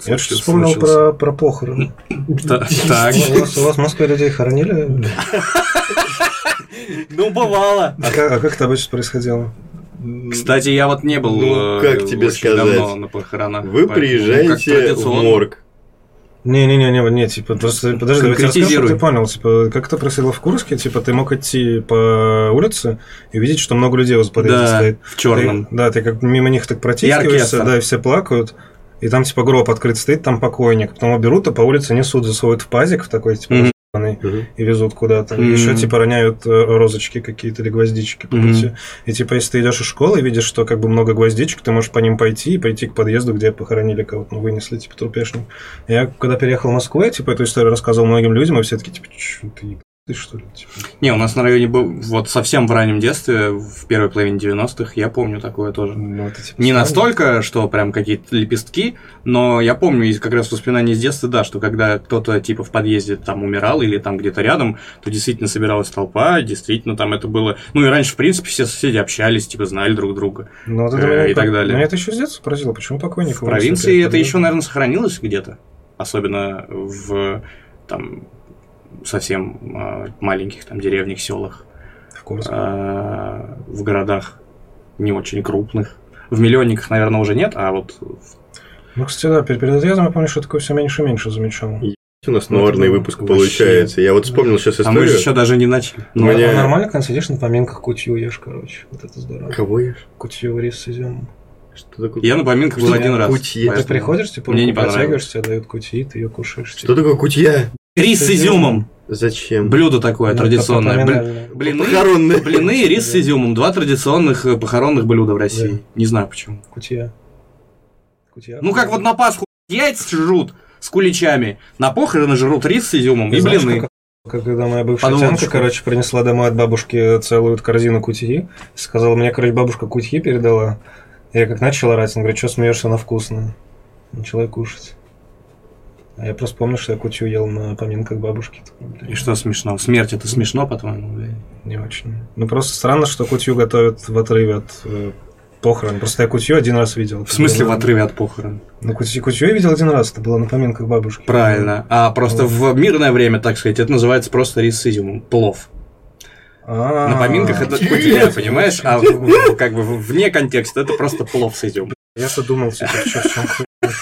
Я что вспомнил про похороны. Так. У вас в Москве людей хоронили? Ну, бывало. А как это обычно происходило? Кстати, я вот не был как тебе очень сказать? давно на похоронах. Вы приезжаете в морг. Не, типа, просто подожди, давайте расскажу, чтобы ты понял, типа, как это происходило в Курске, типа, ты мог идти по улице и видеть, что много людей возле подъезда стоит. В черном. Ты как мимо них так протискиваешься, да, и все плакают, и там, типа, гроб открыт стоит, там покойник, потом его берут, и по улице несут, засовывают в пазик в такой, типа, и везут куда-то. И еще типа роняют розочки какие-то или гвоздички по пути. И типа, если ты идешь из школы и видишь, что как бы много гвоздичек, ты можешь по ним пойти и пойти к подъезду, где похоронили кого-то, вынесли, типа, трупешник. Я когда переехал в Москву, я типа эту историю рассказывал многим людям, и все такие, типа, что ты что ли? Типа. Не, у нас на районе был вот совсем в раннем детстве, в первой половине 90-х, я помню такое тоже. Это, типа, не настолько, что прям какие-то лепестки, но я помню из как раз воспоминаний с детства, да, что когда кто-то типа в подъезде там умирал или там где-то рядом, то действительно собиралась толпа, действительно там это было... Ну и раньше, в принципе, все соседи общались, типа знали друг друга и так далее. Меня это еще с детства поразило, почему покойников... В провинции это еще, наверное, сохранилось где-то, особенно в там... совсем маленьких там деревнях, селах, в городах не очень крупных. В миллионниках, наверное, уже нет, а вот... Ну, кстати, да, перед отъездом я помню, что такое все меньше и меньше замечал. У нас новорный выпуск получается. Я вот вспомнил сейчас историю. А мы же еще даже не начали. Нормально, когда сидишь на поминках, кутью ешь, короче. Вот это здорово. Кого ешь? Кутью, рис с изюмом. Что такое? Я на поминках был один раз. Кутье. Ты приходишь, типа, мне не протягиваешь, тебе дают кутьи, ты ее кушаешь. Что такое кутья? Рис с изюмом. Зачем? Блюдо такое традиционное. Блины и рис с изюмом. 2 традиционных похоронных блюда в России. Не знаю почему. Кутья. Ну как вот на Пасху яйца жрут с куличами, на похороны жрут рис с изюмом и блины. Когда моя бывшая тянка, короче, принесла домой от бабушки целую корзину кутьи, сказала, мне, короче, бабушка кутьи передала. Я как начал орать, она говорит, что смеешься, она вкусная. Начала я кушать. А я просто помню, что я кутью ел на поминках бабушки. И что смешно? Смерть это смешно, по-твоему? Не очень. Ну просто странно, что кутью готовят в отрыве от похорон. Просто я кутью один раз видел. В смысле в отрыве от похорон? Ну кутью я видел один раз, это было на поминках бабушки. Правильно. А просто в мирное время, так сказать, это называется просто рис с изюмом. Плов. На поминках это кутья, понимаешь? А как бы вне контекста это просто плов с изюмом. Я-то думал, типа, что в чем хуй.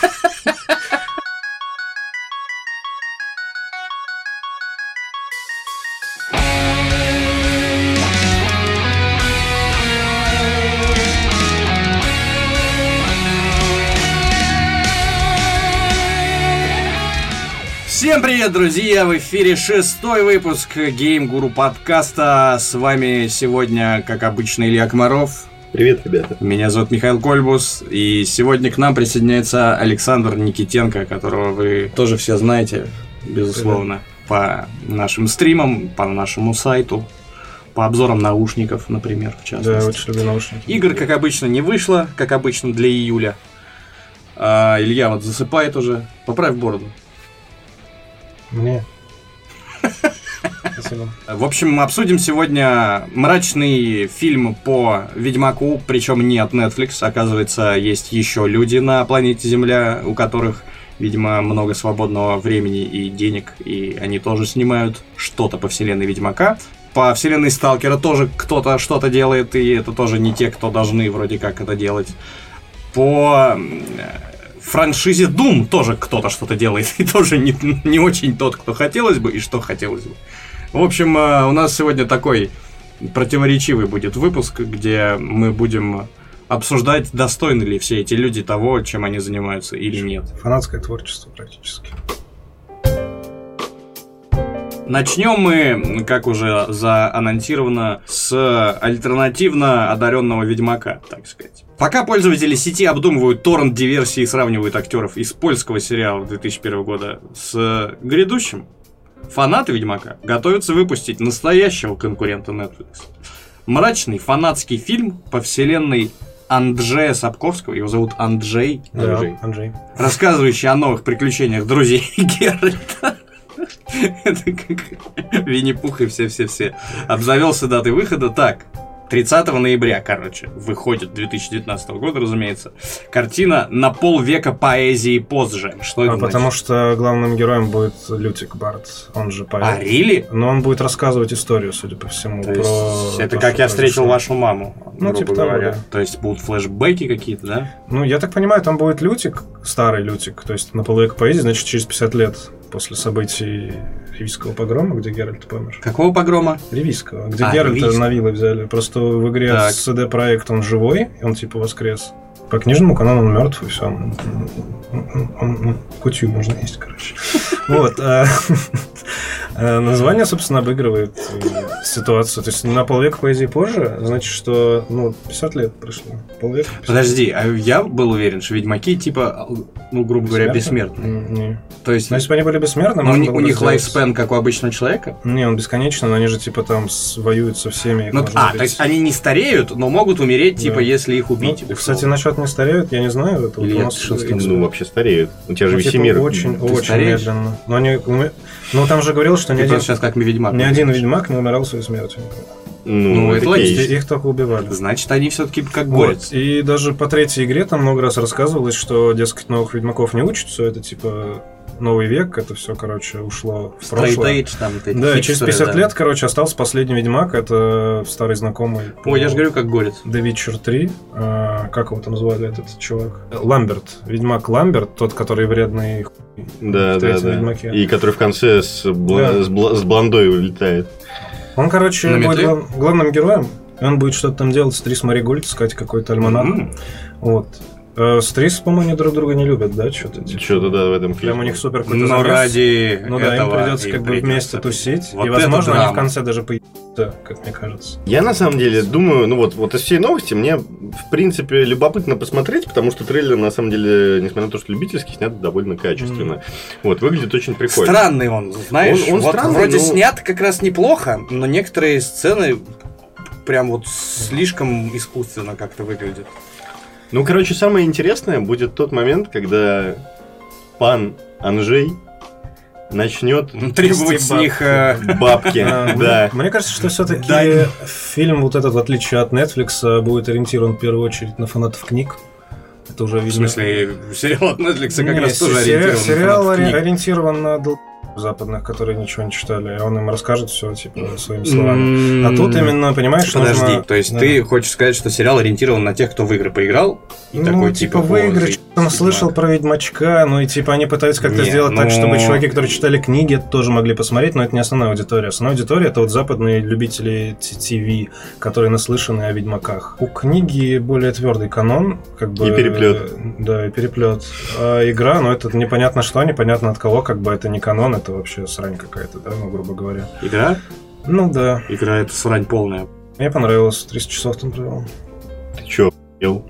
Всем привет, друзья! В эфире 6-й выпуск Game Guru подкаста. С вами сегодня, как обычно, Илья Комаров. Привет, ребята. Меня зовут Михаил Кольбус. И сегодня к нам присоединяется Александр Никитенко, которого вы тоже все знаете, безусловно, по нашим стримам, по нашему сайту, по обзорам наушников, например, в частности. Да, очень люблю наушники. Игр, как обычно, не вышло, как обычно, для июля. Илья вот засыпает уже. Поправь бороду. Мне. Спасибо. В общем, мы обсудим сегодня мрачный фильм по Ведьмаку, причем не от Netflix. Оказывается, есть еще люди на планете Земля, у которых, видимо, много свободного времени и денег, и они тоже снимают что-то по вселенной Ведьмака. По вселенной Сталкера тоже кто-то что-то делает, и это тоже не те, кто должны вроде как это делать. По франшизе Doom тоже кто-то что-то делает, и тоже не очень тот, кто хотелось бы, и что хотелось бы. В общем, у нас сегодня такой противоречивый будет выпуск, где мы будем обсуждать, достойны ли все эти люди того, чем они занимаются, или нет. Фанатское творчество практически. Начнем мы, как уже заанонсировано, с альтернативно одаренного Ведьмака, так сказать. Пока пользователи сети обдумывают торрент-диверсии и сравнивают актеров из польского сериала 2001 года с грядущим, фанаты Ведьмака готовятся выпустить настоящего конкурента Netflix. Мрачный фанатский фильм по вселенной Анджея Сапковского, его зовут Анджей, Анджей. Рассказывающий о новых приключениях друзей Геральта. Это как Винни-Пух и все-все-все. Обзавелся датой выхода. Так, 30 ноября, выходит 2019 года, разумеется, картина «На полвека поэзии позже». Что это значит? Потому что главным героем будет Лютик Барт, он же поэт. А, really? Но он будет рассказывать историю, судя по всему. То есть это «Как я встретил вашу маму», грубо типа говоря. того, да. То есть будут флешбеки какие-то, да? Ну, я так понимаю, там будет Лютик, старый Лютик, то есть «На полвека поэзии», значит, через 50 лет после событий Ривийского погрома, где Геральт помер. Какого погрома? Ривийского, где Геральта на вилы взяли. Просто в игре CD-проект он живой, и он типа воскрес. По книжному канону он мертв, и все. Он кутью можно есть, короче. Вот. Название, собственно, обыгрывает ситуацию. То есть на полвека поэзии позже, значит, что 50 лет прошло. Полвека. Подожди, а я был уверен, что ведьмаки, типа, грубо говоря, бессмертные. Не. То есть, если бы они были бессмертны, у них лайфспен, как у обычного человека? Не, он бесконечный, но они же, типа, там воюют со всеми. То есть они не стареют, но могут умереть, типа, если их убить. Кстати, насчет не стареют, я не знаю. Это или вообще стареют. У тебя же Весемир. Очень медленно. Но они... Ну, там же говорил, что ни один... сейчас как Ведьмак. Ни один Ведьмак не умирал своей смертью. Это логично. Их только убивали. Значит, они все-таки как горец. И даже по третьей игре там много раз рассказывалось, что, дескать, новых Ведьмаков не учат, все это, типа... Новый век, это все, ушло в прошлое. Да, через 50 лет, остался последний Ведьмак, это старый знакомый. Ой, я же говорю, как горец. The Witcher 3, как его там звали, этот чувак? Ламберт, Ведьмак Ламберт, тот, который вредный в третьем Ведьмаке. И который в конце с блондой улетает. Он, будет главным героем, и он будет что-то там делать с Трис Маригольд, искать какой-то альманах. Вот. С Трис, по-моему, они друг друга не любят, да? Что-то, да, в этом фильме. Прям у них супер какой-то замес. Ради этого им придется вместе тусить. Вот и, возможно, они в конце даже поебутся, как мне кажется. Я, на самом деле, думаю, вот из всей новости мне, в принципе, любопытно посмотреть, потому что трейлер, на самом деле, несмотря на то, что любительский, снят довольно качественно. Вот, выглядит очень прикольно. Странный он, знаешь. Он странный, вроде снят как раз неплохо, но некоторые сцены прям слишком искусственно как-то выглядят. Самое интересное будет тот момент, когда пан Анжей начнет требовать с них бабки. Да. Мне кажется, что все-таки фильм вот этот, в отличие от Netflix, будет ориентирован в первую очередь на фанатов книг. Это уже видно. В смысле, сериал от Netflix как раз тоже ориентирован на фанатов книг. Сериал ориентирован на западных, которые ничего не читали, и он им расскажет все, своими словами. А тут именно, понимаешь, подожди, нужно... то есть ты хочешь сказать, что сериал ориентирован на тех, кто в игры поиграл? И такой, в игры, что-то слышал про Ведьмачка, они пытаются как-то сделать так, чтобы чуваки, которые читали книги, тоже могли посмотреть, но это не основная аудитория. Основная аудитория — это западные любители ТВ, которые наслышаны о Ведьмаках. У книги более твердый канон, и переплет. Да, и переплет. А игра, это непонятно что, непонятно от кого, это не канон, это вообще срань какая-то, да, грубо говоря. Игра? Да. Игра — это срань полная. Мне понравилось, 300 часов там провел. Ты чё, ел?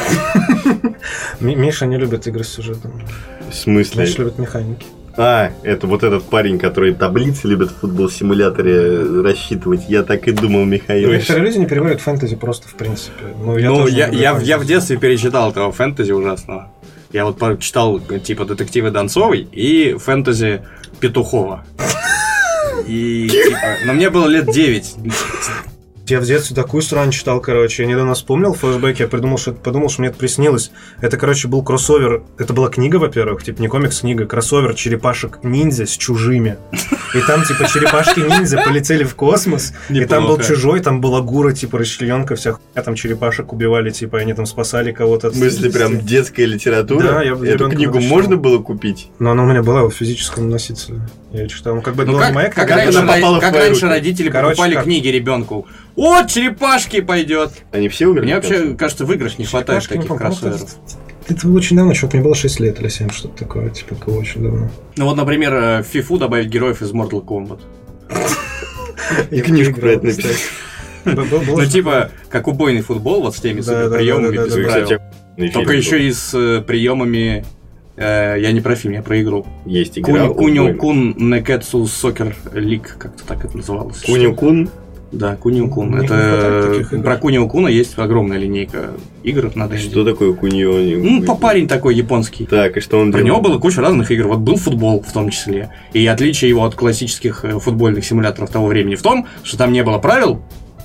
Миша не любит игры с сюжетом. В смысле? Миша любит механики. Это вот этот парень, который таблицы любит в футбол-симуляторе рассчитывать. Я так и думал, Михаил. Некоторые люди не переводят фэнтези просто в принципе. Я в детстве перечитал этого фэнтези ужасного. Я читал типа детективы Донцовой и фэнтези Петухова. И но мне было лет 9. Я в детстве такую срань читал, Я недавно вспомнил флешбеки, я подумал, что мне это приснилось. Это, был кроссовер. Это была книга, во-первых, не комикс-книга, кроссовер черепашек-ниндзя с чужими. И там, черепашки-ниндзя полетели в космос, и там был чужой, там была гура, расчлененка вся хуйня, там черепашек убивали, и они там спасали кого-то. В смысле, прям детская литература? Да, я эту книгу можно было купить? Но она у меня была в физическом носителе. Я читал, как раньше родители покупали книги ребенку. Черепашки пойдет. Они все умерли? Мне вообще, кажется, в играх не хватает таких кроссоверов. Это очень давно, мне было 6 лет или 7, что-то такое, очень давно. Например, в FIFA добавить героев из Mortal Kombat. И книжку про это написать. Как убойный футбол, с теми приемами без правил. Только еще и с приемами. Я не про фильм, я про игру. Есть игра. Кунио-кун Некетсу Сокер Лиг, как-то так это называлось. Кунио-кун? Да, Кунио-кун. Это про Кунио-куна есть огромная линейка игр. Что такое Кунио? Парень такой японский. Так, и что он делал? Про него было куча разных игр. Был футбол в том числе. И отличие его от классических футбольных симуляторов того времени в том, что там не было правил.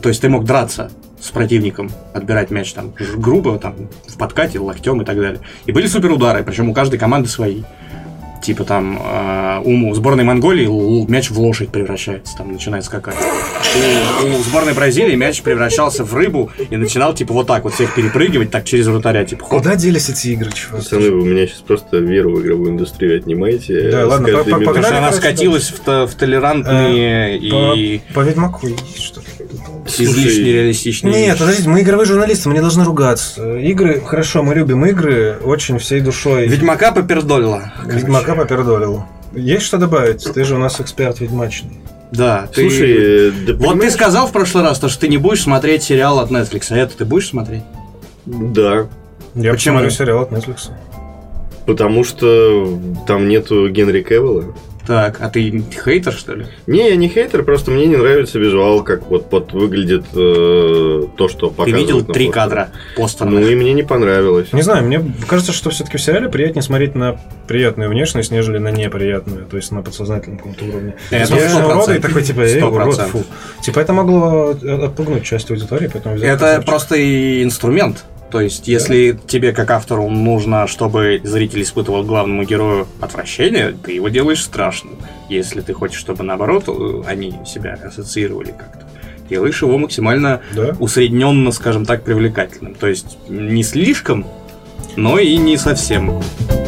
То есть ты мог драться с противником, отбирать мяч там грубо, там, в подкате, локтем и так далее. И были суперудары, причем у каждой команды свои. Типа там у сборной Монголии мяч в лошадь превращается, там начинает скакать. У сборной Бразилии мяч превращался в рыбу и начинал типа вот так вот всех перепрыгивать, так через вратаря. Типа, куда делись эти игры, чувак? Пацаны, вы у меня сейчас просто веру в игровую индустрию отнимаете. Да, ладно, потому что она скатилась в толерантные и... По Ведьмаку есть что-то. Излишне реалистичные. Нет, подождите, мы игровые журналисты, мы не должны ругаться. Игры, хорошо, мы любим игры очень всей душой. Ведьмака попердолило. Ведьмака попердолил. Есть что добавить? Ты же у нас эксперт ведьмачный. Да, слушай, вот ты сказал в прошлый раз, что ты не будешь смотреть сериал от Netflix, а это ты будешь смотреть? Да. Я посмотрю сериал от Netflix. Потому что там нету Генри Кевилла. Так, а ты хейтер, что ли? Не, я не хейтер, просто мне не нравится визуал, как вот выглядит то, что показывают. Ты видел 3 кадра постера? Ну и мне не понравилось. Не знаю, мне кажется, что все-таки в сериале приятнее смотреть на приятную внешность, нежели на неприятную, то есть на подсознательном каком-то уровне. Это урода и такой типа, урод, фу. Типа это могло отпугнуть часть аудитории, поэтому это просто и инструмент. То есть, если тебе, как автору, нужно, чтобы зритель испытывал главному герою отвращение, ты его делаешь страшным. Если ты хочешь, чтобы, наоборот, они себя ассоциировали как-то, делаешь его максимально усредненно, скажем так, привлекательным. То есть, не слишком, но и не совсем.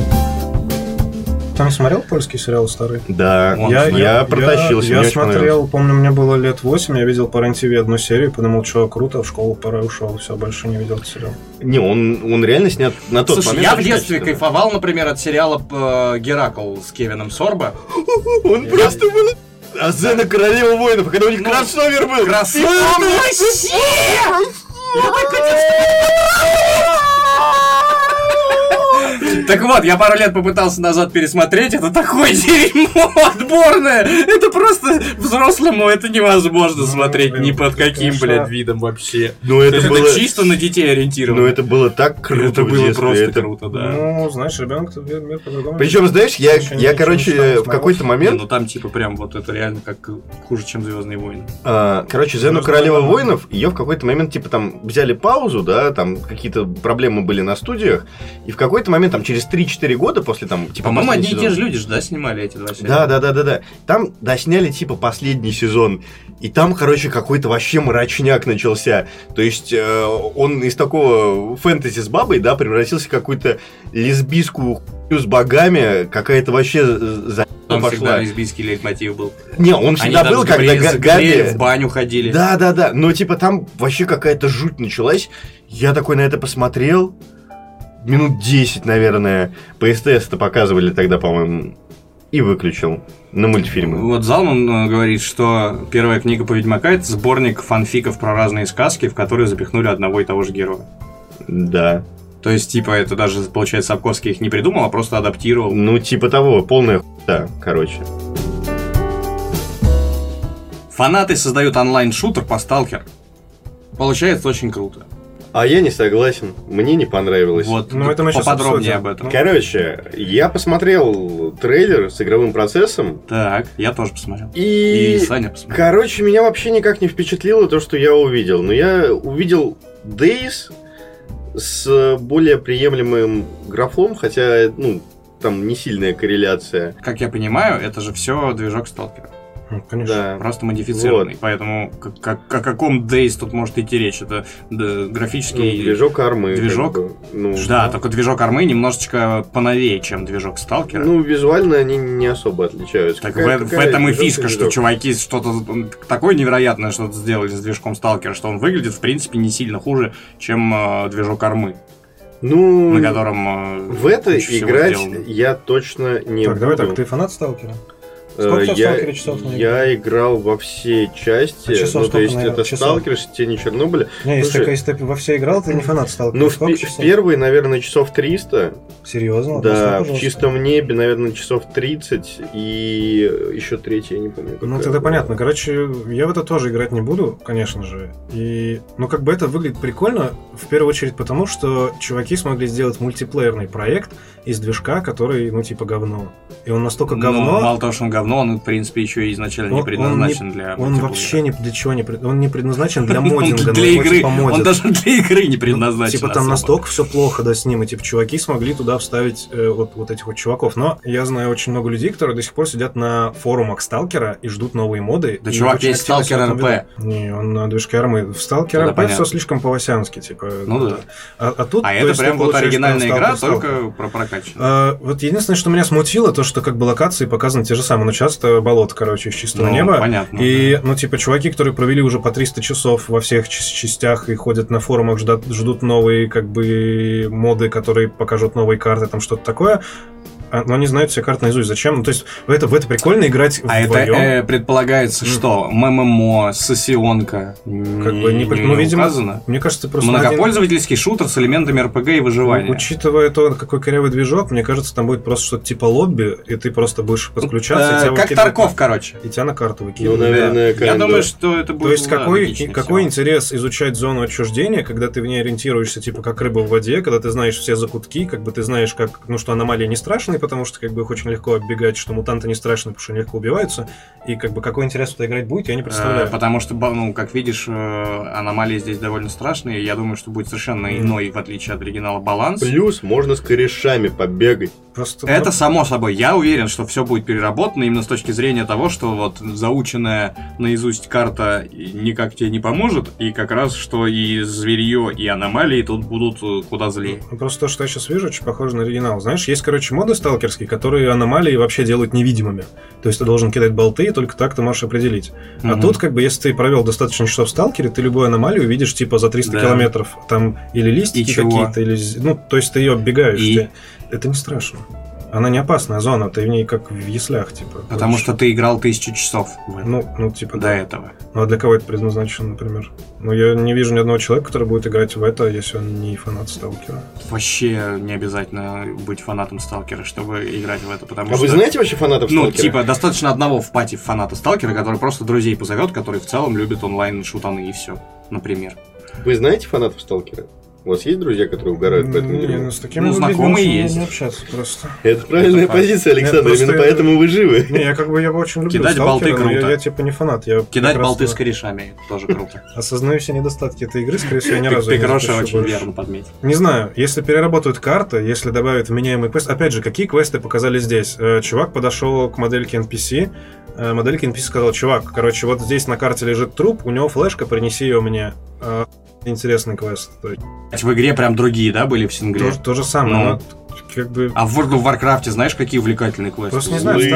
Там смотрел польский сериал старый? Да, я протащился. Я смотрел, помню, мне было лет 8, я видел по РЕН-ТВ одну серию, подумал, что круто, в школу пора ушел, все, больше не видел этот сериал. Не, он реально снят на тот момент. Я в детстве кайфовал, например, от сериала «Геракл» с Кевином Сорбо. Он просто был... А Зена Королева воинов, когда у них кроссовер был. Кроссовер вообще! Так вот, я пару лет попытался назад пересмотреть, это такое дерьмо отборное! Это просто взрослому это невозможно смотреть ни под каким, блядь, видом вообще. Ну, это было чисто на детей ориентировано. Ну, это было так круто. Это было просто круто, да. Ну, знаешь, ребенок-то мир по-другому. Причем, знаешь, я короче, в какой-то момент... Ну, там, типа, прям вот это реально как хуже, чем «Звездные войны». Короче, Зену Королева воинов, ее в какой-то момент, типа, там, взяли паузу, да, там какие-то проблемы были на студиях, и в какой-то момент, там, через 3-4 года после, там, типа... По-моему, одни и те же люди же, да, снимали эти 2 сериала? Да. Там досняли, типа, последний сезон, и там, короче, какой-то вообще мрачняк начался. То есть, он из такого фэнтези с бабой, да, превратился в какую-то лесбийскую хуйню с богами, какая-то вообще там пошла. Всегда лесбийский лейтмотив был. Не, он всегда был, когда Габи... в баню ходили. Да. Но, типа, там вообще какая-то жуть началась. Я такой на это посмотрел. Минут 10, наверное. По СТС-то показывали тогда, по-моему. И выключил. На мультфильмы. Вот Залман говорит, что первая книга по Ведьмака — это сборник фанфиков про разные сказки, в которые запихнули одного и того же героя. Да. То есть, типа, это даже, получается, Сапковский их не придумал, а просто адаптировал. Ну, типа того, полная хуйня, короче. Фанаты создают онлайн-шутер по Сталкер. Получается очень круто. А я не согласен. Мне не понравилось. Вот, ну, это мы поподробнее об этом. Короче, я посмотрел трейлер с игровым процессом. Так, я тоже посмотрел. И Саня посмотрел. Короче, меня вообще никак не впечатлило то, что я увидел. Но я увидел Days с более приемлемым графлом, хотя, ну, там не сильная корреляция. Как я понимаю, это же все движок Сталкера. Конечно. Да. Просто модифицированный. Вот. Поэтому о каком Days тут может идти речь? Это графический... движок армы. Движок? Как бы. Ну, да, только движок армы немножечко поновее, чем движок Сталкера. Ну, визуально они не особо отличаются. Так в этом и фишка, что чуваки что-то такое невероятное что-то сделали с движком Сталкера, что он выглядит, в принципе, не сильно хуже, чем движок армы. Ну, на котором в это играть я точно не буду. Давай так, ты фанат Сталкера? Сколько часов я играл во все части. Ну, то есть, это Сталкер, Тени Чернобыля. Не, если ты во все играл, ты не фанат Сталкера. Ну, в первый, наверное, часов 300. Серьезно? Да, в чистом небе, наверное, часов 30. И еще третий, я не помню. Ну, тогда понятно. Короче, я в это тоже играть не буду, конечно же. Ну, как бы это выглядит прикольно, в первую очередь потому, что чуваки смогли сделать мультиплеерный проект из движка, который, ну, типа, говно. и он настолько говно... Мало того, что он говно, он, в принципе, еще и изначально не предназначен для мультиплеера. Он вообще ни для чего не предназначен. Он не предназначен для моддинга. Для игры. Он даже для игры не предназначен. Типа там настолько все плохо, да, с ним, и типа чуваки смогли туда вставить вот этих вот чуваков. Но я знаю очень много людей, которые до сих пор сидят на форумах Сталкера и ждут новые моды. Да, чувак, есть Сталкер РП. Не, он на движке армы. В Сталкер РП все слишком по-васянски, типа. Ну да. А тут... А это прям вот оригинальная игра, только про прокачанную. Вот единственное, что меня смутило, то, что как бы локации показаны те же самые, но часто болото, короче, из чистого неба. Понятно. И, ну, типа, чуваки, которые провели уже по 300 часов во всех частях и ходят на форумах, ждут новые, как бы, моды, которые покажут новые карты, там что-то такое. Но они знают все карты наизусть. Зачем? Ну, то есть в это прикольно играть вдвоем. Это предполагается, что ММО, сессионка видимо, указано? Мне кажется, просто многопользовательский шутер с элементами РПГ и выживания. Учитывая то, какой корявый движок, мне кажется, там будет просто что-то типа лобби, и ты просто будешь подключаться. Как Тарков, короче. И тебя на карту выкидывают. Ну, наверное, я думаю, что это будет. То есть какой интерес изучать зону отчуждения, когда ты в ней ориентируешься, типа как рыба в воде, когда ты знаешь все закутки, как бы ты знаешь, как, что аномалии не страшные, потому что как бы их очень легко оббегать, что мутанты не страшны, потому что они легко убиваются, и как бы какой интерес туда играть будет, я не представляю. Потому что, как видишь, аномалии здесь довольно страшные, я думаю, что будет совершенно иной, в отличие от оригинала, баланс. Плюс можно с корешами побегать. Это само собой. Я уверен, что все будет переработано именно с точки зрения того, что вот заученная наизусть карта никак тебе не поможет, и как раз, что и зверье, и аномалии тут будут куда злее. Просто то, что я сейчас вижу, очень похоже на оригинал. Знаешь, есть, короче, моды сталкерские, которые аномалии вообще делают невидимыми. То есть ты должен кидать болты, и только так ты можешь определить. А тут, как бы, если ты провел достаточно часов в сталкере, ты любую аномалию увидишь, типа, за 300 километров. Там или листики какие-то, или... Ну, то есть ты ее оббегаешь. Это не страшно. Она не опасная зона, ты в ней как в яслях, типа. Потому что ты играл 1000 часов. Ну, типа, до этого. Ну, а для кого это предназначено, например? Ну, я не вижу ни одного человека, который будет играть в это, если он не фанат Сталкера. Вообще не обязательно быть фанатом Сталкера, чтобы играть в это, потому что... вы знаете вообще фанатов Сталкера? Ну, типа, достаточно одного в пати фаната Сталкера, который просто друзей позовет, который в целом любит онлайн-шутаны и все, например. Вы знаете фанатов Сталкера? У вас есть друзья, которые угорают по этому дерьму? С такими знакомые есть. Не общаться просто. Это правильная позиция, Александр, именно поэтому вы живы. Не, я очень люблю кидать болты круто. Я типа не фанат. Кидать болты с корешами тоже круто. Осознаю все недостатки этой игры, скорее всего, я ни разу не запущу. Ты очень верно подметил. Не знаю, если переработают карты, если добавят вменяемый квест. Опять же, какие квесты показали здесь? Чувак подошел к модельке NPC. Моделька NPC сказал: чувак, короче, вот здесь на карте лежит труп, у него флешка, принеси ее мне. Интересный квест. В игре прям другие, да, были в сингле? То же самое, но как бы... А в World of Warcraft знаешь, какие увлекательные квесты? Просто не знаю,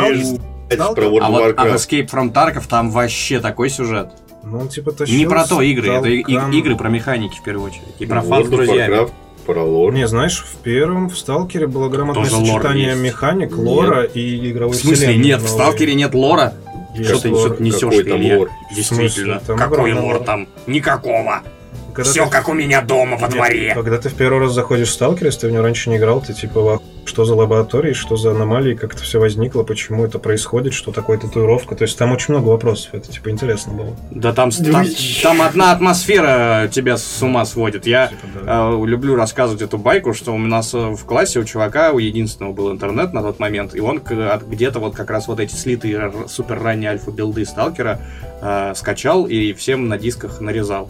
А вот Escape from Tarkov там вообще такой сюжет. Ну, он типа тащил... Не про то игры, это игры про механики в первую очередь. И про фан с друзьями. Про лор. Не, знаешь, в Сталкере было грамотное сочетание механик, лора и игровой вселенной. В смысле, нет, в Сталкере нет лора? Что ты несешь, Илья? Действительно. Какой лор там? Никакого. Все как у меня дома во дворе. Когда ты в первый раз заходишь в Сталкер, если ты в него раньше не играл, ты типа что за лаборатории, что за аномалии, как это все возникло, почему это происходит, что такое татуировка. То есть там очень много вопросов. Это типа интересно было. Да там одна атмосфера тебя с ума сводит. Я люблю рассказывать эту байку, что у нас в классе у чувака, у единственного был интернет на тот момент, и он где-то вот как раз вот эти слитые супер ранние альфа-билды Сталкера скачал и всем на дисках нарезал.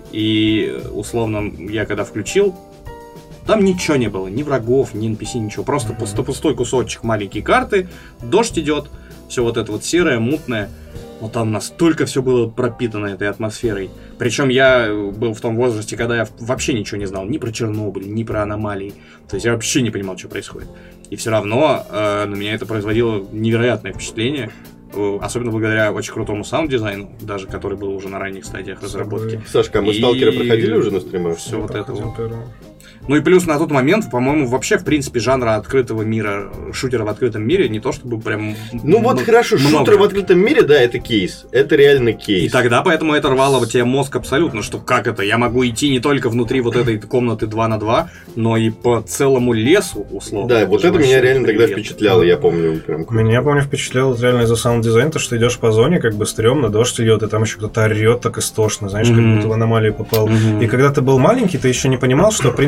И, условно, я когда включил, там ничего не было, ни врагов, ни NPC, ничего. Просто пустой кусочек маленькой карты, дождь идет, все вот это вот серое, мутное. Но там настолько все было пропитано этой атмосферой. Причем я был в том возрасте, когда я вообще ничего не знал ни про Чернобыль, ни про аномалии. То есть я вообще не понимал, что происходит. И все равно на меня это производило невероятное впечатление. Особенно благодаря очень крутому саунд-дизайну, даже который был уже на ранних стадиях разработки. Сашка, мы Сталкера проходили уже на стримах? Все вот это вот. Ну и плюс на тот момент, по-моему, вообще, в принципе, жанра открытого мира, шутера в открытом мире, не то чтобы прям... Ну вот хорошо, шутер в открытом мире, да, это кейс. Это реально кейс. И тогда поэтому это рвало тебе мозг абсолютно, что как это? Я могу идти не только внутри вот этой комнаты 2 на 2, но и по целому лесу, условно. Да, вот это меня реально тогда впечатляло, я помню. Прям. Меня, помню, впечатляло реально из-за саунд-дизайна, то, что идешь по зоне, как бы стрёмно, дождь идет, и там еще кто-то орет так истошно, знаешь, как будто в аномалию попал. И когда ты был маленький, ты еще не понимал, что, в принципе,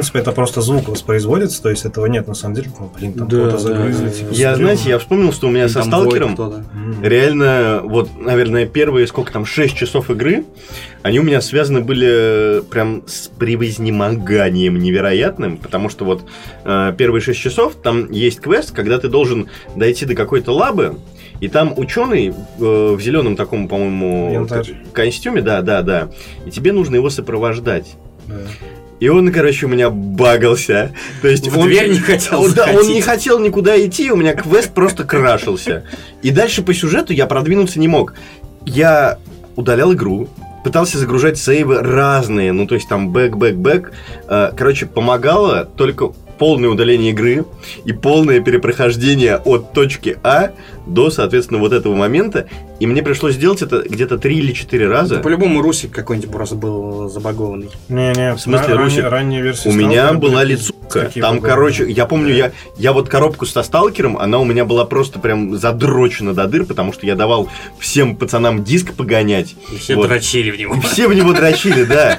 принципе, это просто звук воспроизводится, то есть этого нет, на самом деле. Блин, там кто-то загрызли. Типа, я вспомнил, что у меня со Сталкером реально, вот, наверное, первые, 6 часов игры, они у меня связаны были прям с превознемоганием невероятным, потому что вот первые 6 часов, там есть квест, когда ты должен дойти до какой-то лабы, и там ученый в зеленом таком, по-моему, костюме, да, и тебе нужно его сопровождать. Да. И он, короче, у меня багался. То есть он дверь не хотел заходить. Он не хотел никуда идти, у меня квест просто крашился. И дальше по сюжету я продвинуться не мог. Я удалял игру, пытался загружать сейвы разные, ну, то есть там бэк. Короче, помогало только полное удаление игры и полное перепрохождение от точки А до, соответственно, вот этого момента. И мне пришлось сделать это где-то 3 или 4 раза. Да, по-любому Русик какой-нибудь просто был забагованный. Не, в смысле Русик? Ранняя версия у меня была лицука. Там, короче, я помню, я вот коробку со Сталкером, она у меня была просто прям задрочена до дыр, потому что я давал всем пацанам диск погонять. И все дрочили в него. Все в него дрочили, да.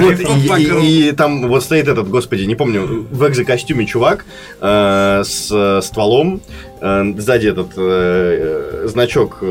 И там вот стоит этот, господи, не помню, в экзокостюме чувак с стволом. Сзади этот значок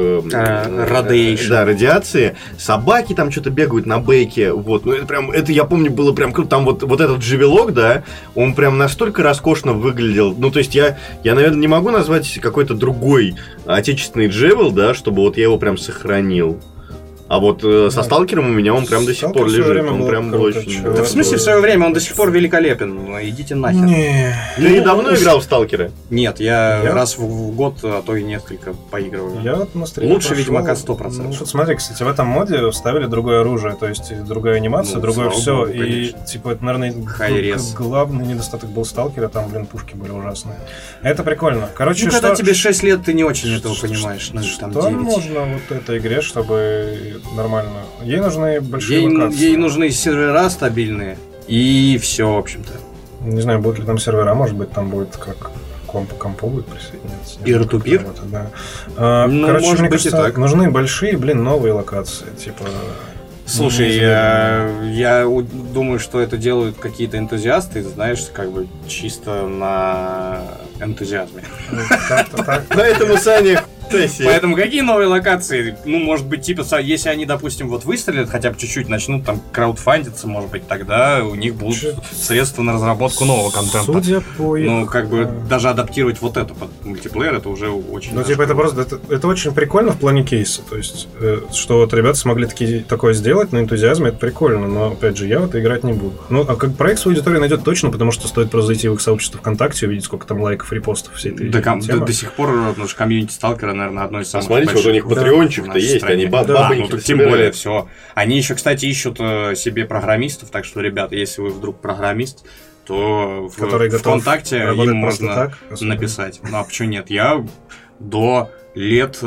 радиации. Собаки там что-то бегают на бейке. Вот. Ну, это я помню, было прям круто. Там вот этот джевелок, да, он прям настолько роскошно выглядел. Ну, то есть я, наверное, не могу назвать какой-то другой отечественный джевел, да, чтобы вот я его прям сохранил. А вот со Сталкером у меня он прям до сих пор лежит. Он прям очень... Да, в смысле, в свое время он до сих пор великолепен. Идите нахер. Ты недавно играл в Сталкеры? Нет, я раз в год, а то и несколько поигрываю. Я вот на стриме лучше Ведьмака 100%. Ну, смотри, кстати, в этом моде вставили другое оружие, то есть другая анимация, другое все. И, типа, это, наверное, главный недостаток был Сталкера, там, пушки были ужасные. Это прикольно. Короче, ну, когда тебе 6 лет, ты не очень этого понимаешь. Что можно вот этой игре, чтобы... Нормально. Ей нужны большие локации. Ей нужны сервера стабильные. И все, в общем-то. Не знаю, будут ли там сервера, может быть, там будет как компу будет присоединяться. Peer-to-peer? Да. Короче, мне кажется, нужны большие, новые локации. Типа. Слушай, я думаю, что это делают какие-то энтузиасты, знаешь, как бы чисто на энтузиазме. Поэтому, Саня, поэтому какие новые локации? Ну, может быть, типа, если они, допустим, вот выстрелят, хотя бы чуть-чуть начнут там краудфандиться, может быть, тогда у них будут средства на разработку нового контента. Судя по... Ну, как бы, даже адаптировать вот это под мультиплеер, это уже очень... Ну, типа, это просто... Это очень прикольно в плане кейса. То есть, что вот ребята смогли такое сделать на энтузиазме, это прикольно. Но, опять же, я в это играть не буду. Ну, а как проект свою аудиторию найдет точно, потому что стоит просто зайти в их сообщество ВКонтакте и увидеть, сколько там лайков, репостов, всей этой темы. До сих пор, потому что комьюнити Сталкера, наверное, одно из самых смотрите, вот у них патреончик-то есть, они бабоньки. Ну, так тем более все. Они еще, кстати, ищут себе программистов, так что, ребята, если вы вдруг программист, то в ВКонтакте им можно написать. Ну, а почему нет? Я до лет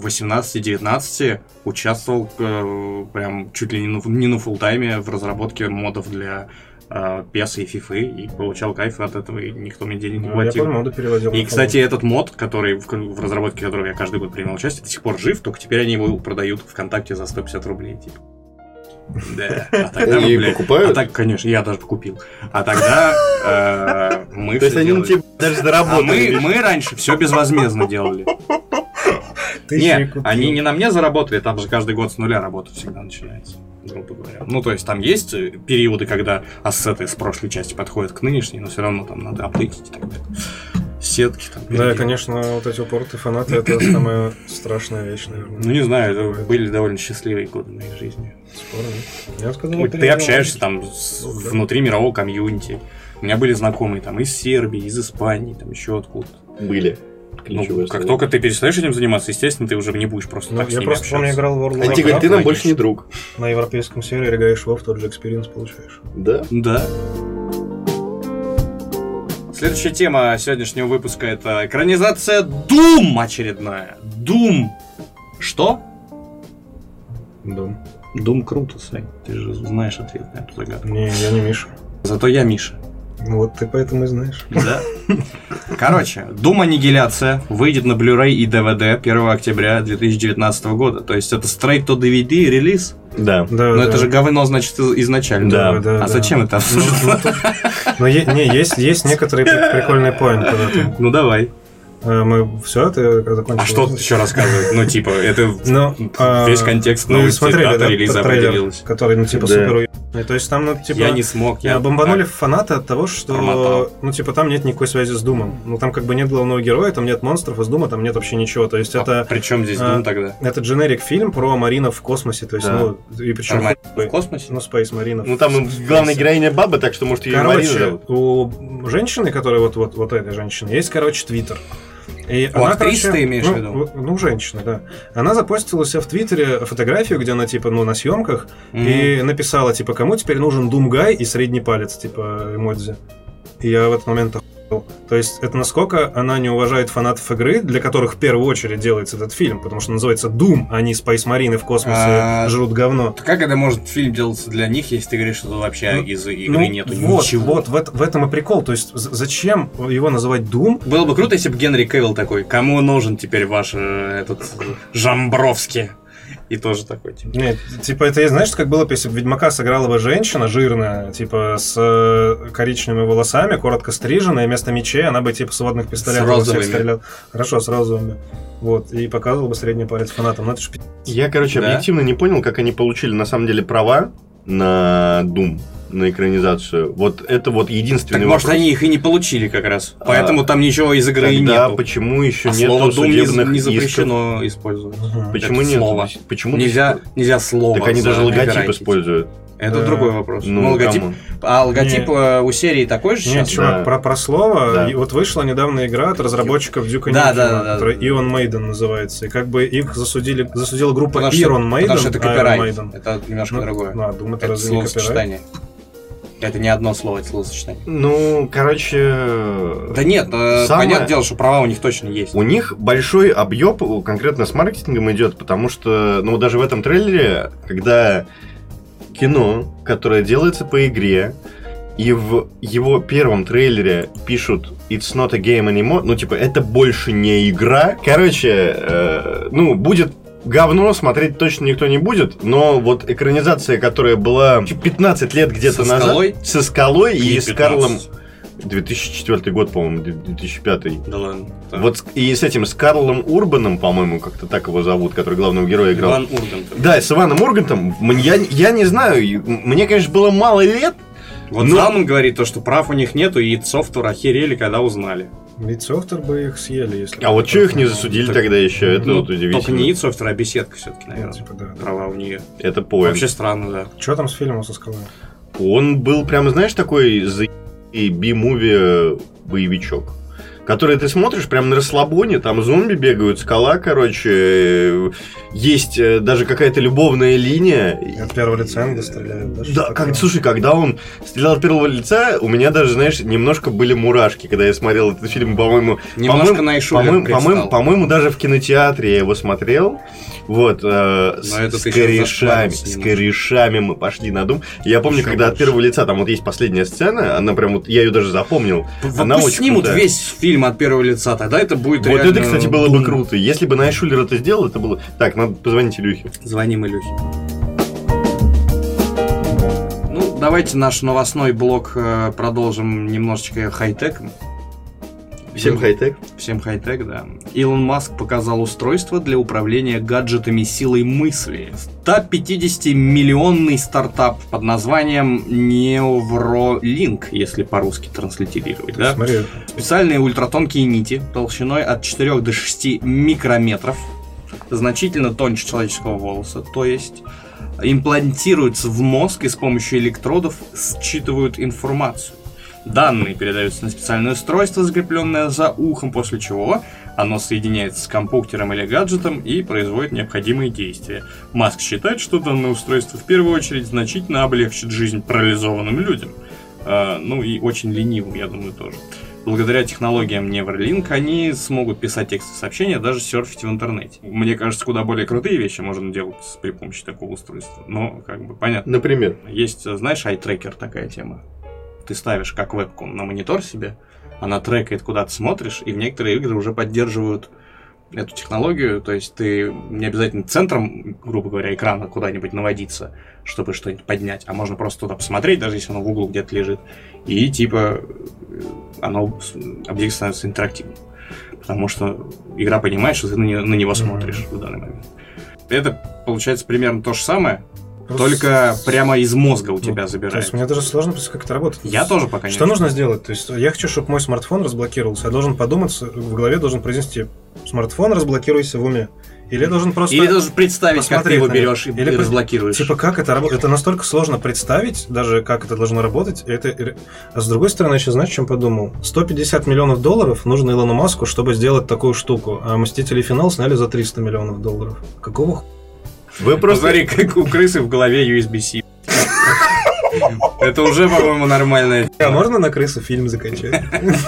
18-19 участвовал прям чуть ли не на фултайме в разработке модов для PES и FIFA, и получал кайф от этого, и никто мне денег не платил. И, кстати, этот мод, который в разработке которого я каждый год принимал участие, до сих пор жив, только теперь они его продают ВКонтакте за 150 рублей, типа. Да, а тогда мы, покупают? А так, конечно, я даже купил. А тогда мы... То есть они на тебя даже заработали? Мы раньше все безвозмездно делали. Нет, они не на мне заработали, там же каждый год с нуля работа всегда начинается. Грубо говоря. Ну, то есть там есть периоды, когда ассеты с прошлой части подходят к нынешней, но все равно там надо аптекить и так далее. Сетки там. Да, конечно, вот эти упоротые фанаты — это самая страшная вещь, наверное. Ну, не знаю, это были довольно счастливые годы в моей жизни. Спорно. Я сказал, ты общаешься там внутри мирового комьюнити. У меня были знакомые там из Сербии, из Испании, там еще откуда-то. Были. Ну, как только ты перестаешь этим заниматься, естественно, ты уже не будешь просто так с ними общаться. Я просто помню, играл в World of Warcraft. А тебе говорят, ты нам больше не друг. На европейском сервере играешь в тот же экспириенс получаешь. Да? Да. Следующая тема сегодняшнего выпуска — это экранизация Doom очередная. Doom. Что? Doom. Doom круто, Сань. Ты же знаешь ответ на эту загадку. Не, я не Миша. Зато я Миша. Вот ты поэтому и знаешь. Да. Короче, Doom Аннигиляция выйдет на Blu-ray и DVD 1 октября 2019 года. То есть это straight to DVD релиз? Да. Но это же говно, значит, изначально. Да. А зачем это обсуждать? Но есть некоторые прикольные поинты в этом. Ну давай. Мы все это закончили. А что еще рассказывать? Ну, типа, это весь контекст новости, дата релиза определилась. Который, супер уебанный. То есть там, Я не смог. Бомбанули фанаты от того, что, там нет никакой связи с Думом. Там как бы нет главного героя, там нет монстров из Дума, там нет вообще ничего. То есть это... При чем здесь Дум тогда? Это дженерик фильм про маринов в космосе. То есть, и причем... В космосе? Space маринов. Там главная героиня баба, так что, может, ее Марина зовут. У женщины, которая вот этой женщины, есть, короче, Твиттер. И у актрисы ты имеешь в виду? Ну, женщина, да. Она запостила у себя в Твиттере фотографию, где она, на съемках, и написала, кому теперь нужен Думгай и средний палец, эмодзи. И я в этот момент охуел. То есть, это насколько она не уважает фанатов игры, для которых в первую очередь делается этот фильм, потому что называется Doom, а не Space Marine в космосе жрут говно. Как это может фильм делаться для них, если ты говоришь, что вообще из игры нету ничего? Вот в этом и прикол. То есть, зачем его называть Doom? Было бы круто, если бы Генри Кевилл такой: кому нужен теперь ваш этот Жамбровский? И тоже такой, Нет, это, знаешь, как было бы, если бы Ведьмака сыграла бы женщина жирная, с коричневыми волосами, коротко стриженная, вместо мечей она бы, с водных пистолетов всех стреляла. Хорошо, с розовыми. Вот, и показывал бы средний палец фанатам. Это ж... Я, объективно не понял, как они получили, на самом деле, права на Doom, на экранизацию. Вот это единственный так, вопрос. Может, они их и не получили как раз. Поэтому там ничего из игры и нету. Да, почему еще нет судебных не запрещено исков использовать. Почему нет? Слово. Почему нельзя слово. Так они даже логотип используют. Это другой вопрос. Логотип. А логотип у серии такой же сейчас? Нет, чувак, про слово. Да. И вот вышла недавно игра от разработчиков Duke Nukem, которая Iron Maiden называется. И как бы их засудила группа Iron Maiden. Потому что это копирайт. Это немножко другое. Doom это словосочетание. Это не одно слово, это словосочетание. Да нет, понятное дело, что права у них точно есть. У них большой объем конкретно с маркетингом идет, потому что, даже в этом трейлере, когда кино, которое делается по игре, и в его первом трейлере пишут «It's not a game anymore», это больше не игра. Будет говно, смотреть точно никто не будет, но вот экранизация, которая была 15 лет где-то назад, со скалой и с Карлом... 2004 год, по-моему, 2005. Да ладно. Да. Вот и с этим, с Карлом Урбаном, по-моему, как-то так его зовут, который главного героя играл. Иван Ургант. Да, с Иваном Ургантом. Я не знаю, мне, конечно, было мало лет. Вот Залман говорит то, что прав у них нету, и id Software охерели, когда узнали. id Software бы их съели, если... А вот что их не засудили тогда еще? Это удивительно. Только не id Software, а беседка все-таки, наверное. Права у нее. Это поинт. Вообще странно, да. Что там с фильмом со скалой? Он был прямо, знаешь, такой би-муви боевичок, который ты смотришь прям на расслабоне, там зомби бегают, скала, есть даже какая-то любовная линия. От первого лица иногда стреляют. Да, слушай, когда он стрелял от первого лица, у меня даже, знаешь, немножко были мурашки, когда я смотрел этот фильм, по-моему... Немножко Найшулер пристал. По-моему, даже в кинотеатре я его смотрел. Вот, с корешами мы пошли на Doom. Я помню, еще когда больше. От первого лица, там вот есть последняя сцена, она прям я ее даже запомнил. Она пусть снимут весь фильм от первого лица, тогда это будет реально... Вот это, кстати, было бы круто. Если бы Найшулер это сделал, это было... Так, надо позвонить Илюхе. Звоним Илюхе. Давайте наш новостной блок продолжим немножечко хай-теком. Всем хай-тек? Всем хай-тек, да. Илон Маск показал устройство для управления гаджетами силой мысли. 150-миллионный стартап под названием Neuralink, если по-русски транслитерировать. Да? Специальные ультратонкие нити толщиной от 4 до 6 микрометров, значительно тоньше человеческого волоса, то есть имплантируются в мозг и с помощью электродов считывают информацию. Данные передаются на специальное устройство, закрепленное за ухом, после чего оно соединяется с компьютером или гаджетом и производит необходимые действия. Маск считает, что данное устройство в первую очередь значительно облегчит жизнь парализованным людям. И очень ленивым, я думаю, тоже. Благодаря технологиям Neuralink они смогут писать тексты сообщения, даже серфить в интернете. Мне кажется, куда более крутые вещи можно делать при помощи такого устройства. Но, понятно. Например? Есть, знаешь, eye-tracker такая тема. ты ставишь как вебку на монитор себе, она трекает, куда ты смотришь, и в некоторые игры уже поддерживают эту технологию, то есть ты не обязательно центром, грубо говоря, экрана куда-нибудь наводиться, чтобы что-нибудь поднять, а можно просто туда посмотреть, даже если оно в углу где-то лежит, и типа объект становится интерактивным, потому что игра понимает, что ты на него смотришь в данный момент. Это получается примерно то же самое, только прямо из мозга у тебя забирают. То есть мне даже сложно представить, как это работает. Я тоже пока не Что нужно сделать? То есть я хочу, чтобы мой смартфон разблокировался. Я должен подумать, в голове должен произнести: смартфон, разблокируйся в уме. Или я должен просто... Или должен представить, как ты его берешь и разблокируешь. Типа, как это работает? Это настолько сложно представить, даже как это должно работать. А с другой стороны, я сейчас, знаешь, чем подумал? $150 миллионов нужно Илону Маску, чтобы сделать такую штуку. А «Мстители. Финал» сняли за $300 миллионов. Какого хуя? Вы просто... Посмотри, как у крысы в голове USB-C. Это уже, по-моему, нормальная... А можно на крысу фильм закачать?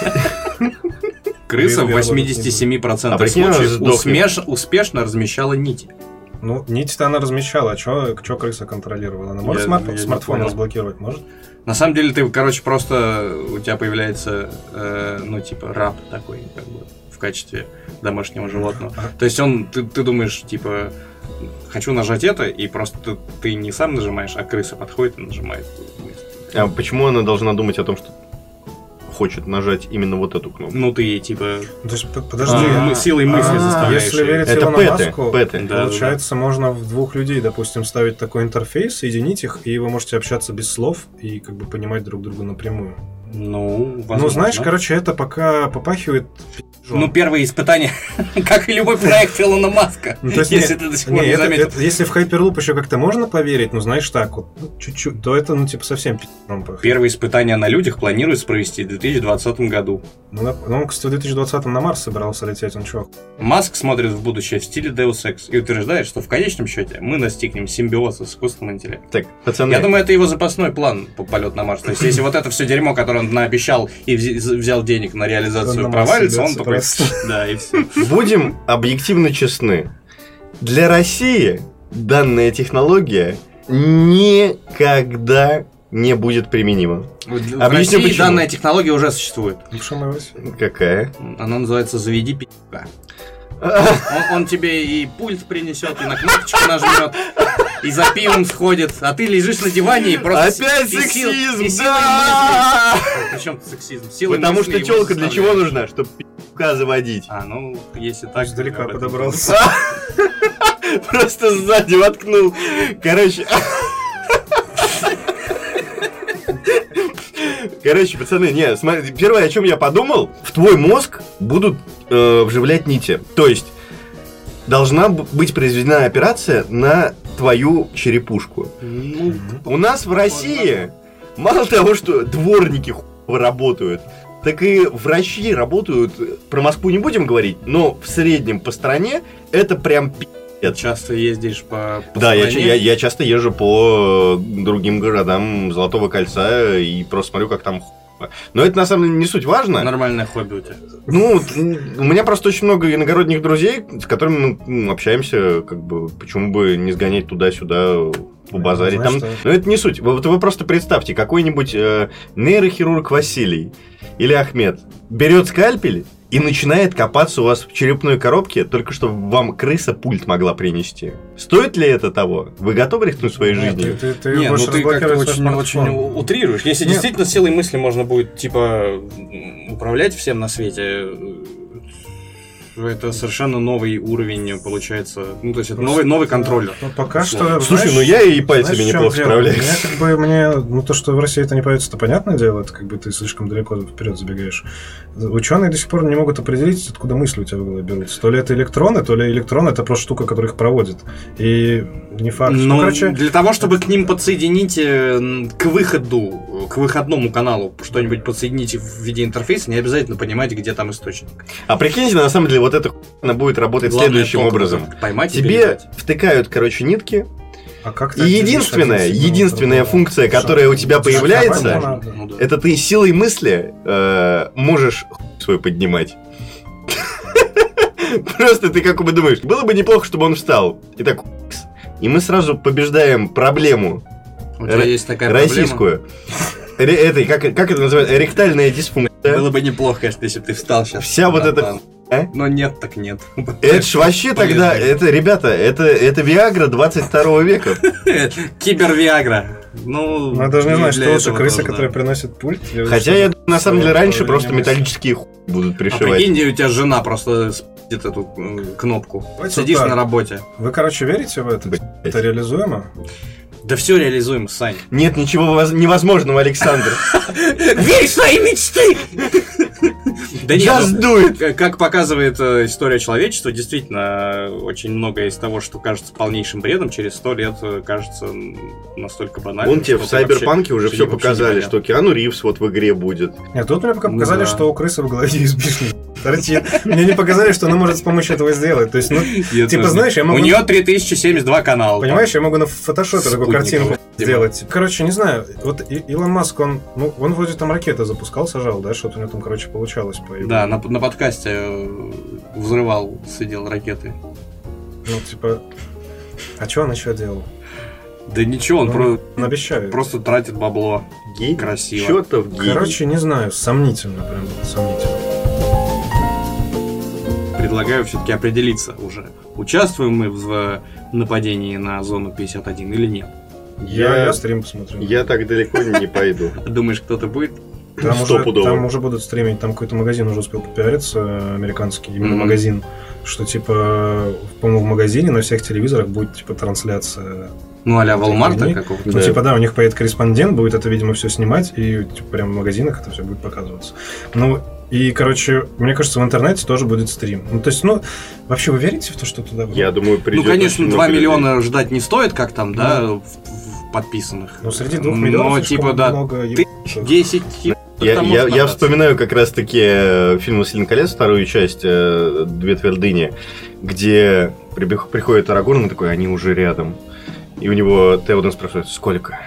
Крыса в 87% случаев успешно размещала нити. Ну, нить-то она размещала, а что крыса контролировала? Она может смартфон разблокировать, может? На самом деле, ты, просто у тебя появляется, раб такой, как бы, в качестве домашнего животного. То есть ты думаешь, типа, хочу нажать это, и просто ты не сам нажимаешь, а крыса подходит и нажимает. А почему она должна думать о том, что хочет нажать именно вот эту кнопку? Ну, ты ей, типа... То есть, подожди, силой мысли заставляешь. Если верить Илону Маску, получается, можно в двух людей, допустим, ставить такой интерфейс, соединить их, и вы можете общаться без слов и как бы понимать друг друга напрямую. Ну, возможно. Ну, знаешь, это пока попахивает... Ну, первое испытание, как и любой проект Илона Маска, если ты до сих пор не заметил. Если в Hyperloop еще как-то можно поверить, знаешь, так вот, чуть-чуть, то это, совсем пи***ном. Первое испытание на людях планируется провести в 2020 году. Он, кстати, в 2020 на Марс собирался лететь, он чё? Маск смотрит в будущее в стиле Deus Ex и утверждает, что в конечном счете мы достигнем симбиоза с искусственным интеллектом. Так, пацаны... Я думаю, это его запасной план по полету на Марс. То есть, если вот это все дерьмо, которое он наобещал и взял денег на реализацию, провалится, он такой... Да, и все. Будем объективно честны. Для России данная технология никогда не будет применима. В России почему. Данная технология уже существует. Какая? Она называется «Заведи пи***ка». Он тебе и пульт принесет, и на кнопочку нажмет, и за пивом сходит, а ты лежишь на диване и просто... Опять сексизм, да! Причем сексизм? Потому что тёлка для чего нужна? Чтобы пи***ка заводить. Если так... Издалека подобрался. Просто сзади воткнул. Короче, пацаны, смотри, первое, о чем я подумал, в твой мозг будут вживлять нити. То есть, должна быть произведена операция на твою черепушку. У нас в России мало того, что дворники работают, так и врачи работают, про Москву не будем говорить, но в среднем по стране это прям пи***ц. Часто ездишь по да, стране? я часто езжу по другим городам Золотого кольца и просто смотрю, как там но это на самом деле не суть важно. Нормальное хобби у тебя. У меня просто очень много иногородних друзей, с которыми мы общаемся, как бы, почему бы не сгонять туда-сюда, побазарить там. Но это не суть. Вы просто представьте, какой-нибудь нейрохирург Василий или Ахмед берет скальпель и начинает копаться у вас в черепной коробке, только чтобы вам крыса пульт могла принести. Стоит ли это того? Вы готовы рискнуть своей жизнью? Ты как-то очень утрируешь. Если действительно силой мысли можно будет, типа, управлять всем на свете, это совершенно новый уровень, получается. Ну, то есть, это новый контроллер. Пока что... Слушай, я и пальцами неплохо справляюсь. То, что в России это не появится, это понятное дело, это как бы ты слишком далеко вперед забегаешь. Ученые до сих пор не могут определить, откуда мысли у тебя в голове берутся. То ли это электроны, то ли электрон это просто штука, которая их проводит. И не факт, что... Для того, чтобы к ним подсоединить к выходному каналу что-нибудь подсоединить в виде интерфейса, не обязательно понимать, где там источник. А прикиньте, на самом деле, вот эта хуйня будет работать следующим образом. Тебе втыкают, короче, нитки. И единственная функция, которая у тебя появляется, это ты силой мысли можешь свой поднимать. Просто ты как бы думаешь, было бы неплохо, чтобы он встал. И мы сразу побеждаем проблему у тебя есть такая российскую. как это называется, эректальная дисфункция. Было бы неплохо, конечно, если бы ты встал сейчас. Вся вот эта... Но нет, так нет. Это ж вообще тогда, ребята, это Виагра 22 века. Кибер-Виагра. Ну, я даже не знаю, что лучше, крыса, которая приносит пульт. Хотя, я думаю, на самом деле, раньше просто металлические будут пришивать. Прикинь, у тебя жена просто спит эту кнопку. Сидишь на работе. Вы, короче, верите в это? Это реализуемо? Да все реализуемо, Сань. Нет ничего невозможного, Александр. Верь в свои мечты! Да нет, как показывает история человечества, действительно, очень многое из того, что кажется полнейшим бредом, через 100 лет кажется настолько банальным. Вон тебе в Сайберпанке уже все показали, что Киану Ривз вот в игре будет. Нет, тут мне пока показали, что у крысы в голове избишник торчит. Мне не показали, что она может с помощью этого сделать. То есть, типа, знаешь, я могу... У нее 3072 канала. Понимаешь, я могу на фотошопе такую картинку сделать. Короче, не знаю, вот Илон Маск, он вроде там ракеты запускал, сажал, да, что-то у него там, короче, получалось. Да, на подкасте взрывал, сидел ракеты. Ну, типа, а что он еще делал? Да ничего, он обещает. Просто тратит бабло. Гей? Красиво. Чёртов гей. Короче, не знаю, сомнительно, прям сомнительно. Предлагаю все-таки определиться уже. Участвуем мы в нападении на зону 51 или нет? Я стрим посмотрю. Я так далеко не пойду. Думаешь, кто-то будет? Там уже будут стримить, там какой-то магазин уже успел попиариться, американский, именно магазин, что типа, по-моему, в магазине на всех телевизорах будет типа трансляция. Ну, а-ля Walmart какого-то. Ну, типа, да, у них поедет корреспондент, будет это, видимо, все снимать, и типа прям в магазинах это все будет показываться. Ну, и, короче, мне кажется, в интернете тоже будет стрим. Ну, то есть, вообще вы верите в то, что туда будет? Я думаю, придет. Ну, конечно, 2 миллиона ждать не стоит, как там, да, в подписанных. Ну, среди 2 миллионов типа, да, много... 10... Я вспоминаю как раз-таки фильм «Властелин колец», вторую часть «Две твердыни», где приходит Арагорн и такой, они уже рядом. И у него Теоден спрашивает, сколько?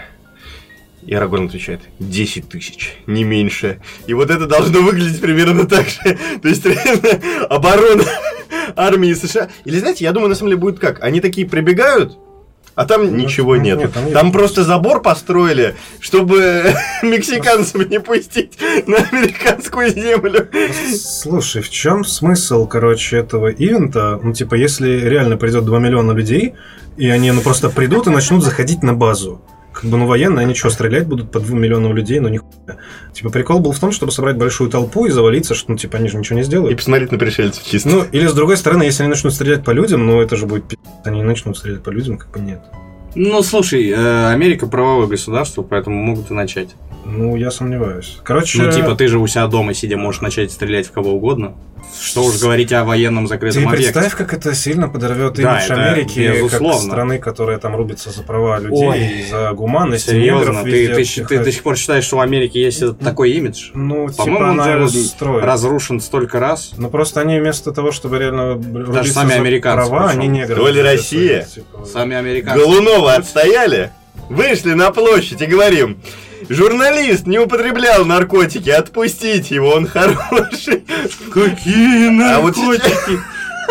И Арагорн отвечает, 10 тысяч, не меньше. И вот это должно выглядеть примерно так же. То есть, реально, оборона армии США. Или, знаете, я думаю, на самом деле будет как? Они такие прибегают, а там ничего нет. Там просто забор построили, чтобы мексиканцев не пустить на американскую землю. Слушай, в чем смысл, короче, этого ивента? Ну, типа, если реально придет 2 миллиона людей, и они, просто придут и начнут заходить на базу. Как бы, военные, они что, стрелять будут по 2 миллионам людей, но нихуя. Типа, прикол был в том, чтобы собрать большую толпу и завалиться, что, типа, они же ничего не сделают. И посмотреть на пришельцев чисто. Или с другой стороны, если они начнут стрелять по людям, это же будет пи***, они не начнут стрелять по людям, как бы нет. Ну, слушай, Америка правовое государство, поэтому могут и начать. Ну, я сомневаюсь. Короче... типа, ты же у себя дома сидя можешь начать стрелять в кого угодно. Что уж говорить о военном закрытом объекте. Ты представь, как это сильно подорвет имидж Америки, как страны, которая там рубится за права людей, за гуманность. Серьезно, ты до сих пор считаешь, что у Америки есть такой имидж? Ну, по-моему, он же разрушен столько раз. Ну, просто они вместо того, чтобы реально рубиться за права, они негры. То ли Россия, сами американцы. Голунова отстояли, вышли на площадь и говорим... Журналист не употреблял наркотики, отпустите его, он хороший. Какие наркотики?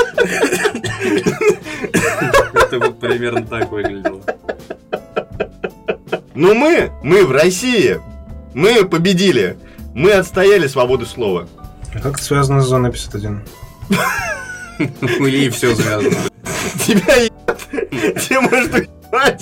Это вот примерно так выглядело. Ну мы в России, мы победили, мы отстояли свободу слова. А как это связано с зоной 51? Или все связано. Тебя ебать, тебе может уебать.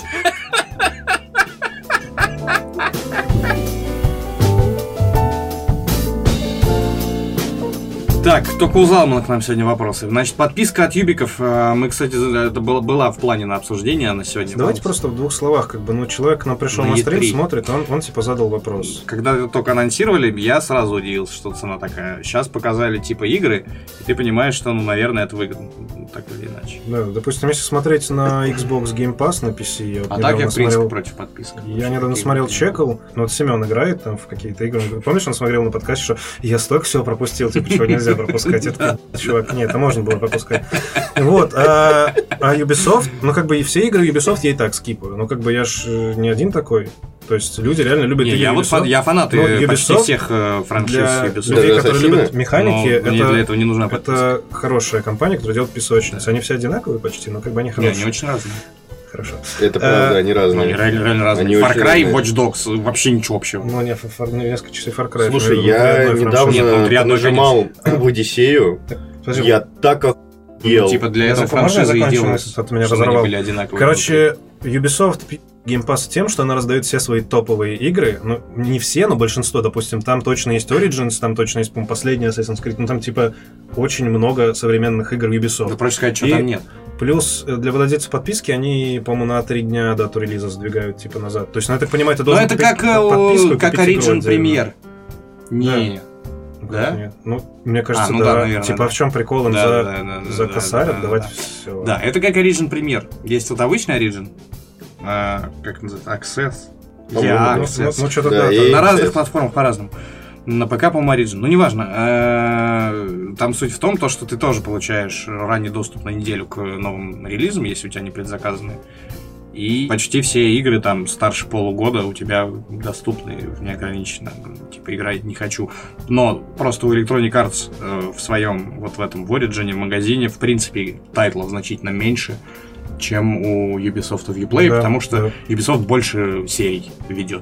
Так, только у Залмана к нам сегодня вопросы. Значит, подписка от Юбиков. Мы, кстати, это была в плане на обсуждение на сегодня. Давайте просто в 2 словах, человек к нам пришел на стрим, смотрит, он типа задал вопрос. Когда это только анонсировали, я сразу удивился, что цена такая. Сейчас показали типа игры, и ты понимаешь, что, наверное, это выгодно. Так или иначе. Да, допустим, если смотреть на Xbox Game Pass на PC, я так я, в принципе, против подписки. Я недавно смотрел, чекал, вот Семен играет там в какие-то игры. Помнишь, он смотрел на подкасте, что я столько всего пропустил, типа, чего нельзя пропускать. Это, чувак, нет, это можно было пропускать. Вот, а Ubisoft, и все игры Ubisoft я и так скипаю. Я ж не один такой. То есть люди реально любят игры Ubisoft. Я фанат почти всех франшиз Ubisoft. Для людей, которые любят механики, для этого не нужна подписка. Это хорошая компания, которая делает песочницы. Они все одинаковые почти, но они хорошие. Не очень разные. хорошо. Это правда, они разные. Они реально разные. Far Cry и Watch Dogs вообще ничего общего. Ну, не, несколько часов Far Cry. Слушай, я недавно нажимал в Одиссею, я так охуел. Типа для этого франшизы и делают, чтобы они были одинаковые. Короче, Ubisoft Game Pass тем, что она раздает все свои топовые игры, ну, не все, но большинство, допустим, там точно есть Origins, там точно есть, по-моему, последний Assassin's Creed, ну, там, типа, очень много современных игр Ubisoft. Да проще сказать, что там нет. Плюс для владельцев подписки они, по-моему, на 3 дня дату релиза сдвигают, типа, назад. То есть, ну, я так понимаю, ты должен купить подписку, как Origin Premier. Не. Да? Нет. Ну, мне кажется, наверное, типа, да. В чем прикол им закосарят, давайте все. Да, это как Origin Premier. Есть вот обычный Origin, как называется, Access. Access. Ну, что-то да. На разных платформах по-разному. На ПК, по-моему, Origin. Ну, неважно. Там суть в том, что ты тоже получаешь ранний доступ на неделю к новым релизам, если у тебя не предзаказанные. И почти все игры там старше полугода у тебя доступны неограниченно. Типа, играть не хочу. Но просто у Electronic Arts в своем, вот в этом в Origin, в магазине, в принципе, тайтлов значительно меньше, чем у Ubisoft в Uplay, да, потому что Ubisoft больше серий ведет.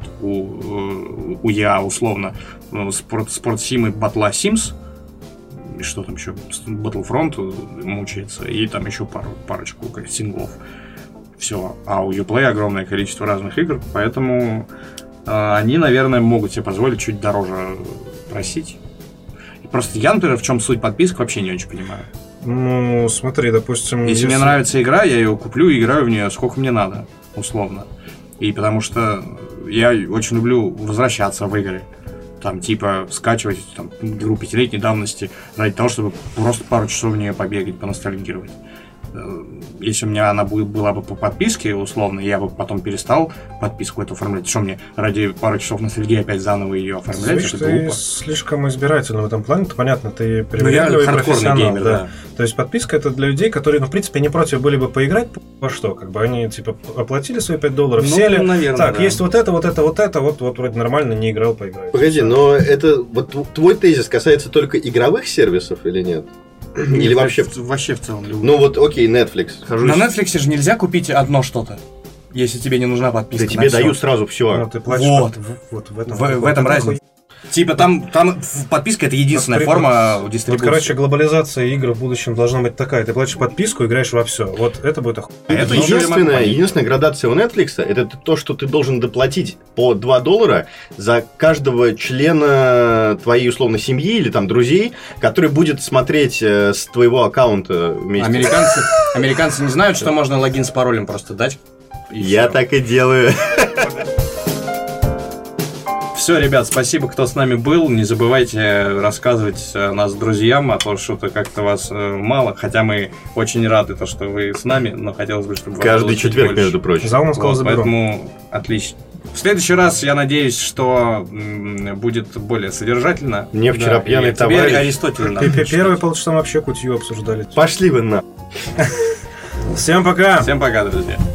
У EA, условно, спортсимы Батла Sims, и что там еще, Battlefront мучается, и там еще парочку синглов. Все. А у Uplay огромное количество разных игр, поэтому они, наверное, могут себе позволить чуть дороже просить. И просто я, например, в чем суть подписки, вообще не очень понимаю. Ну, смотри, допустим... Если мне нравится игра, я ее куплю и играю в нее сколько мне надо, условно. И потому что я очень люблю возвращаться в игры. Там, типа, скачивать там, игру 5-летней давности ради того, чтобы просто пару часов в нее побегать, поностальгировать. Если у меня она была бы по подписке, условно, я бы потом перестал подписку эту оформлять. Что мне ради пары часов ностальгии опять заново ее оформлять? Слышь, ты глупо. Слишком избирательный в этом плане, то понятно, ты привередливый профессионал. Геймер, да. То есть подписка это для людей, которые, ну, в принципе, не против были бы поиграть во что, как бы они, типа, оплатили свои $5, сели, наверное, так, да. Есть вот это, вот вроде нормально, не играл, поиграть. Погоди, но это, вот твой тезис касается только игровых сервисов или нет? Или вообще в целом. Ну вот, окей, Netflix. На Netflix же нельзя купить одно что-то, если тебе не нужна подписка. Да тебе дают сразу все. Ну, ты платишь вот в этом разница. Типа там подписка это единственная форма дистрибуции. Вот, короче, глобализация игр в будущем должна быть такая. Ты платишь подписку, играешь во все. Вот это будет это единственная градация у Netflix это то, что ты должен доплатить по $2 за каждого члена твоей условно семьи или там друзей, который будет смотреть с твоего аккаунта вместе. Американцы не знают, что можно логин с паролем просто дать. Я так и делаю. Все, ребят, спасибо, кто с нами был. Не забывайте рассказывать нас друзьям, а то что-то как-то вас мало. Хотя мы очень рады, что вы с нами, но хотелось бы, чтобы каждый четверг, больше. Между прочим. Заумно сказал, заберу. Поэтому отлично. В следующий раз, я надеюсь, что будет более содержательно. Мне вчера пьяный товарищ... Аристотель первые полчаса вообще кутью обсуждали. Пошли вы на. Всем пока. Всем пока, друзья.